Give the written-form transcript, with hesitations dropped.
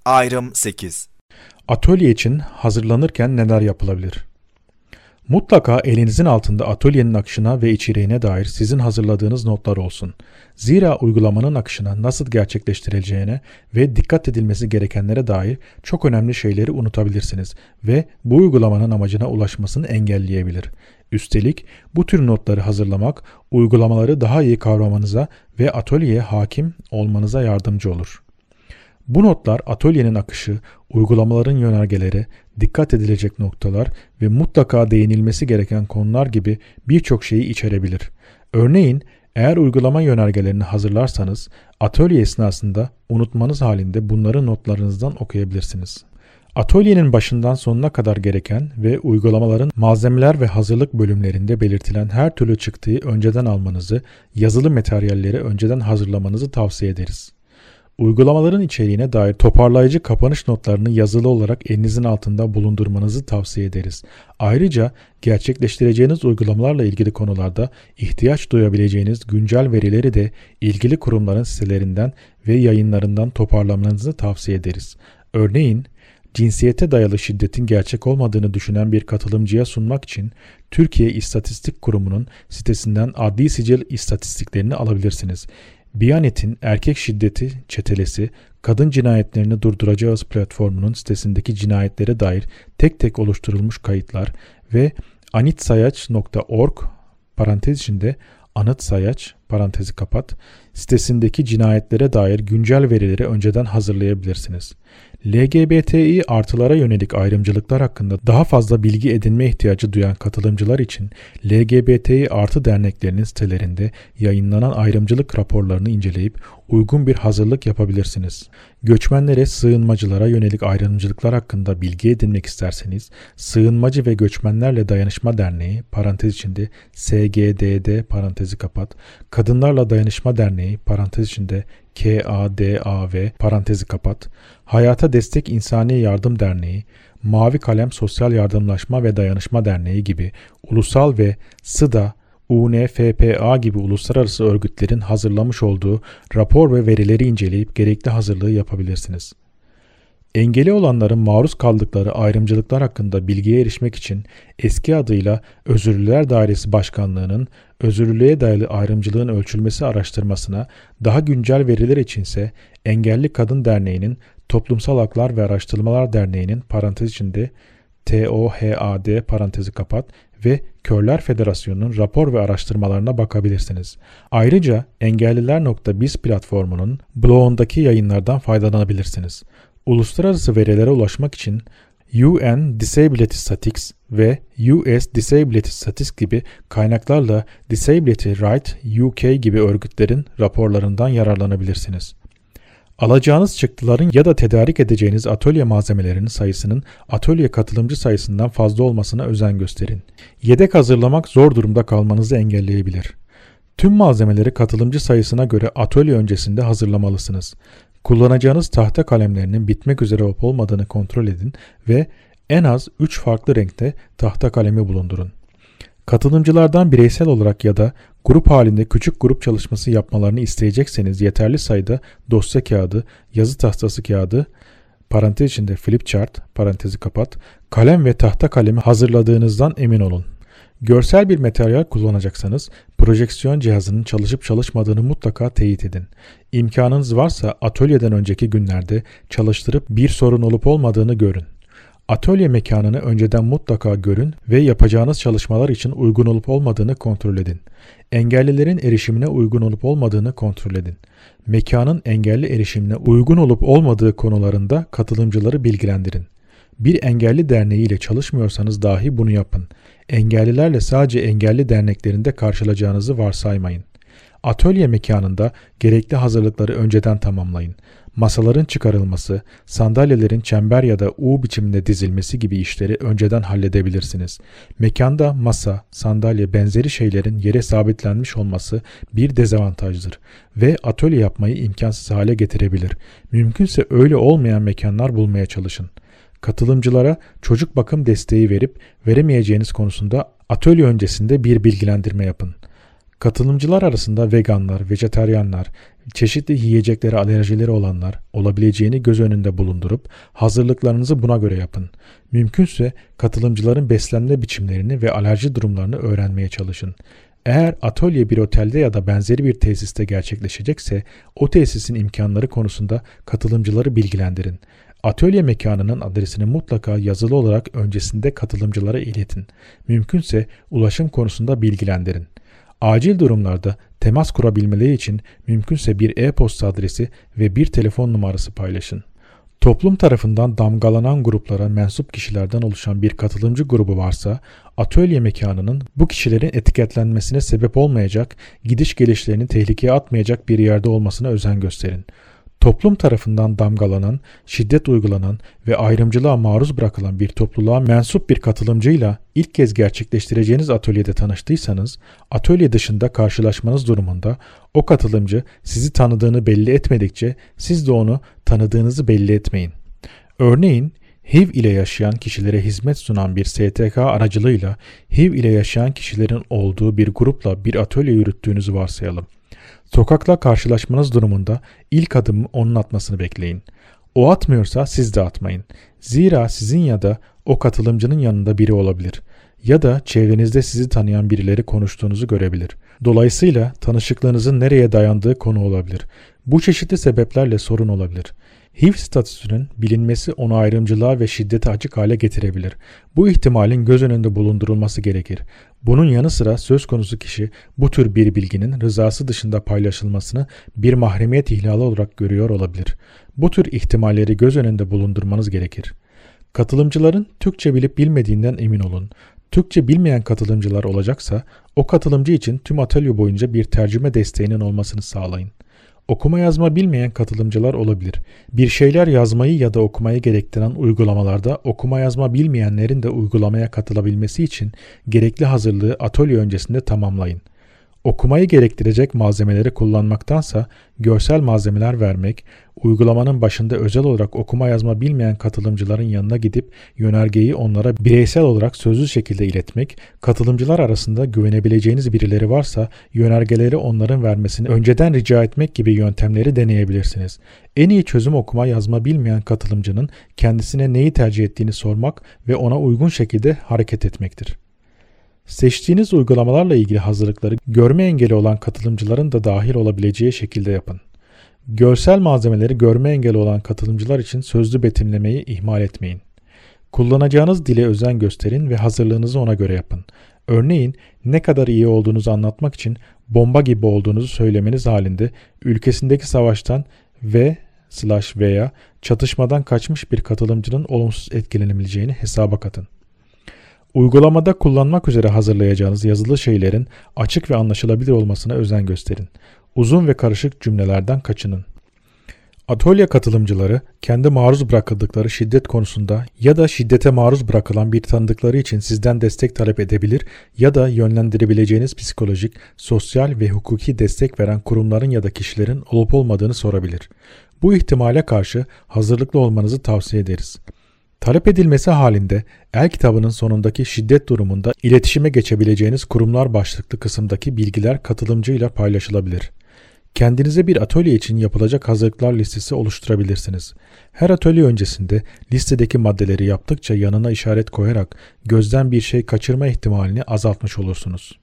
Ayrım 8. Atölye için hazırlanırken neler yapılabilir? Mutlaka elinizin altında atölyenin akışına ve içeriğine dair sizin hazırladığınız notlar olsun. Zira uygulamanın akışına nasıl gerçekleştirileceğine ve dikkat edilmesi gerekenlere dair çok önemli şeyleri unutabilirsiniz ve bu uygulamanın amacına ulaşmasını engelleyebilir. Üstelik bu tür notları hazırlamak uygulamaları daha iyi kavramanıza ve atölyeye hakim olmanıza yardımcı olur. Bu notlar atölyenin akışı, uygulamaların yönergeleri, dikkat edilecek noktalar ve mutlaka değinilmesi gereken konular gibi birçok şeyi içerebilir. Örneğin eğer uygulama yönergelerini hazırlarsanız atölye esnasında unutmanız halinde bunları notlarınızdan okuyabilirsiniz. Atölyenin başından sonuna kadar gereken ve uygulamaların malzemeler ve hazırlık bölümlerinde belirtilen her türlü çıktıyı önceden almanızı, yazılı materyalleri önceden hazırlamanızı tavsiye ederiz. Uygulamaların içeriğine dair toparlayıcı kapanış notlarını yazılı olarak elinizin altında bulundurmanızı tavsiye ederiz. Ayrıca gerçekleştireceğiniz uygulamalarla ilgili konularda ihtiyaç duyabileceğiniz güncel verileri de ilgili kurumların sitelerinden ve yayınlarından toparlamanızı tavsiye ederiz. Örneğin, cinsiyete dayalı şiddetin gerçek olmadığını düşünen bir katılımcıya sunmak için Türkiye İstatistik Kurumu'nun sitesinden adli sicil istatistiklerini alabilirsiniz. Biyanet'in erkek şiddeti çetelesi, kadın cinayetlerini durduracağız platformunun sitesindeki cinayetlere dair tek tek oluşturulmuş kayıtlar ve anitsayaç.org parantez içinde anıtsayaç parantezi kapat sitesindeki cinayetlere dair güncel verileri önceden hazırlayabilirsiniz. LGBTİ artılara yönelik ayrımcılıklar hakkında daha fazla bilgi edinme ihtiyacı duyan katılımcılar için LGBTİ artı derneklerinin sitelerinde yayınlanan ayrımcılık raporlarını inceleyip uygun bir hazırlık yapabilirsiniz. Göçmenlere, sığınmacılara yönelik ayrımcılıklar hakkında bilgi edinmek isterseniz Sığınmacı ve Göçmenlerle Dayanışma Derneği parantez içinde SGDD parantezi kapat, Kadınlarla Dayanışma Derneği parantez içinde KADAV parantezi kapat, Hayata Destek İnsani Yardım Derneği, Mavi Kalem Sosyal Yardımlaşma ve Dayanışma Derneği gibi ulusal ve SIDA, UNFPA gibi uluslararası örgütlerin hazırlamış olduğu rapor ve verileri inceleyip gerekli hazırlığı yapabilirsiniz. Engeli olanların maruz kaldıkları ayrımcılıklar hakkında bilgiye erişmek için eski adıyla Özürlüler Dairesi Başkanlığı'nın özürlülüğe dayalı ayrımcılığın ölçülmesi araştırmasına, daha güncel veriler içinse Engelli Kadın Derneği'nin, Toplumsal Haklar ve Araştırmalar Derneği'nin parantez içinde TOHAD parantezi kapat ve Körler Federasyonu'nun rapor ve araştırmalarına bakabilirsiniz. Ayrıca engelliler.biz platformunun blogundaki yayınlardan faydalanabilirsiniz. Uluslararası verilere ulaşmak için UN Disability Statistics ve US Disability Statistics gibi kaynaklarla Disability Rights UK gibi örgütlerin raporlarından yararlanabilirsiniz. Alacağınız çıktıların ya da tedarik edeceğiniz atölye malzemelerinin sayısının atölye katılımcı sayısından fazla olmasına özen gösterin. Yedek hazırlamak zor durumda kalmanızı engelleyebilir. Tüm malzemeleri katılımcı sayısına göre atölye öncesinde hazırlamalısınız. Kullanacağınız tahta kalemlerinin bitmek üzere olup olmadığını kontrol edin ve en az 3 farklı renkte tahta kalemi bulundurun. Katılımcılardan bireysel olarak ya da grup halinde küçük grup çalışması yapmalarını isteyecekseniz yeterli sayıda dosya kağıdı, yazı tahtası kağıdı, parantez içinde flip chart, parantezi kapat, kalem ve tahta kalemi hazırladığınızdan emin olun. Görsel bir materyal kullanacaksanız projeksiyon cihazının çalışıp çalışmadığını mutlaka teyit edin. İmkanınız varsa atölyeden önceki günlerde çalıştırıp bir sorun olup olmadığını görün. Atölye mekanını önceden mutlaka görün ve yapacağınız çalışmalar için uygun olup olmadığını kontrol edin. Engellilerin erişimine uygun olup olmadığını kontrol edin. Mekanın engelli erişimine uygun olup olmadığı konularında katılımcıları bilgilendirin. Bir engelli derneği ile çalışmıyorsanız dahi bunu yapın. Engellilerle sadece engelli derneklerinde karşılaşacağınızı varsaymayın. Atölye mekanında gerekli hazırlıkları önceden tamamlayın. Masaların çıkarılması, sandalyelerin çember ya da U biçiminde dizilmesi gibi işleri önceden halledebilirsiniz. Mekanda masa, sandalye benzeri şeylerin yere sabitlenmiş olması bir dezavantajdır ve atölye yapmayı imkansız hale getirebilir. Mümkünse öyle olmayan mekanlar bulmaya çalışın. Katılımcılara çocuk bakım desteği verip veremeyeceğiniz konusunda atölye öncesinde bir bilgilendirme yapın. Katılımcılar arasında veganlar, vejetaryenler, Çeşitli yiyeceklere alerjileri olanlar olabileceğini göz önünde bulundurup hazırlıklarınızı buna göre yapın. Mümkünse katılımcıların beslenme biçimlerini ve alerji durumlarını öğrenmeye çalışın. Eğer atölye bir otelde ya da benzeri bir tesiste gerçekleşecekse o tesisin imkanları konusunda katılımcıları bilgilendirin. Atölye mekanının adresini mutlaka yazılı olarak öncesinde katılımcılara iletin. Mümkünse ulaşım konusunda bilgilendirin. Acil durumlarda temas kurabilmeleri için mümkünse bir e-posta adresi ve bir telefon numarası paylaşın. Toplum tarafından damgalanan gruplara mensup kişilerden oluşan bir katılımcı grubu varsa, atölye mekanının bu kişilerin etiketlenmesine sebep olmayacak, gidiş gelişlerini tehlikeye atmayacak bir yerde olmasına özen gösterin. Toplum tarafından damgalanan, şiddet uygulanan ve ayrımcılığa maruz bırakılan bir topluluğa mensup bir katılımcıyla ilk kez gerçekleştireceğiniz atölyede tanıştıysanız, atölye dışında karşılaşmanız durumunda o katılımcı sizi tanıdığını belli etmedikçe siz de onu tanıdığınızı belli etmeyin. Örneğin, HIV ile yaşayan kişilere hizmet sunan bir STK aracılığıyla HIV ile yaşayan kişilerin olduğu bir grupla bir atölye yürüttüğünüzü varsayalım. Sokakla karşılaşmanız durumunda ilk adımı onun atmasını bekleyin. O atmıyorsa siz de atmayın. Zira sizin ya da o katılımcının yanında biri olabilir. Ya da çevrenizde sizi tanıyan birileri konuştuğunuzu görebilir. Dolayısıyla tanışıklığınızın nereye dayandığı konu olabilir. Bu çeşitli sebeplerle sorun olabilir. HIV statüsünün bilinmesi onu ayrımcılığa ve şiddete açık hale getirebilir. Bu ihtimalin göz önünde bulundurulması gerekir. Bunun yanı sıra söz konusu kişi bu tür bir bilginin rızası dışında paylaşılmasını bir mahremiyet ihlali olarak görüyor olabilir. Bu tür ihtimalleri göz önünde bulundurmanız gerekir. Katılımcıların Türkçe bilip bilmediğinden emin olun. Türkçe bilmeyen katılımcılar olacaksa o katılımcı için tüm atölye boyunca bir tercüme desteğinin olmasını sağlayın. Okuma yazma bilmeyen katılımcılar olabilir. Bir şeyler yazmayı ya da okumayı gerektiren uygulamalarda okuma yazma bilmeyenlerin de uygulamaya katılabilmesi için gerekli hazırlığı atölye öncesinde tamamlayın. Okumayı gerektirecek malzemeleri kullanmaktansa görsel malzemeler vermek, uygulamanın başında özel olarak okuma yazma bilmeyen katılımcıların yanına gidip yönergeyi onlara bireysel olarak sözlü şekilde iletmek, katılımcılar arasında güvenebileceğiniz birileri varsa yönergeleri onların vermesini önceden rica etmek gibi yöntemleri deneyebilirsiniz. En iyi çözüm okuma yazma bilmeyen katılımcının kendisine neyi tercih ettiğini sormak ve ona uygun şekilde hareket etmektir. Seçtiğiniz uygulamalarla ilgili hazırlıkları görme engeli olan katılımcıların da dahil olabileceği şekilde yapın. Görsel malzemeleri görme engeli olan katılımcılar için sözlü betimlemeyi ihmal etmeyin. Kullanacağınız dile özen gösterin ve hazırlığınızı ona göre yapın. Örneğin ne kadar iyi olduğunuzu anlatmak için bomba gibi olduğunuzu söylemeniz halinde ülkesindeki savaştan veya çatışmadan kaçmış bir katılımcının olumsuz etkilenebileceğini hesaba katın. Uygulamada kullanmak üzere hazırlayacağınız yazılı şeylerin açık ve anlaşılabilir olmasına özen gösterin. Uzun ve karışık cümlelerden kaçının. Atölye katılımcıları kendi maruz bırakıldıkları şiddet konusunda ya da şiddete maruz bırakılan bir tanıdıkları için sizden destek talep edebilir ya da yönlendirebileceğiniz psikolojik, sosyal ve hukuki destek veren kurumların ya da kişilerin olup olmadığını sorabilir. Bu ihtimale karşı hazırlıklı olmanızı tavsiye ederiz. Talep edilmesi halinde el kitabının sonundaki şiddet durumunda iletişime geçebileceğiniz kurumlar başlıklı kısımdaki bilgiler katılımcıyla paylaşılabilir. Kendinize bir atölye için yapılacak hazırlıklar listesi oluşturabilirsiniz. Her atölye öncesinde listedeki maddeleri yaptıkça yanına işaret koyarak gözden bir şey kaçırma ihtimalini azaltmış olursunuz.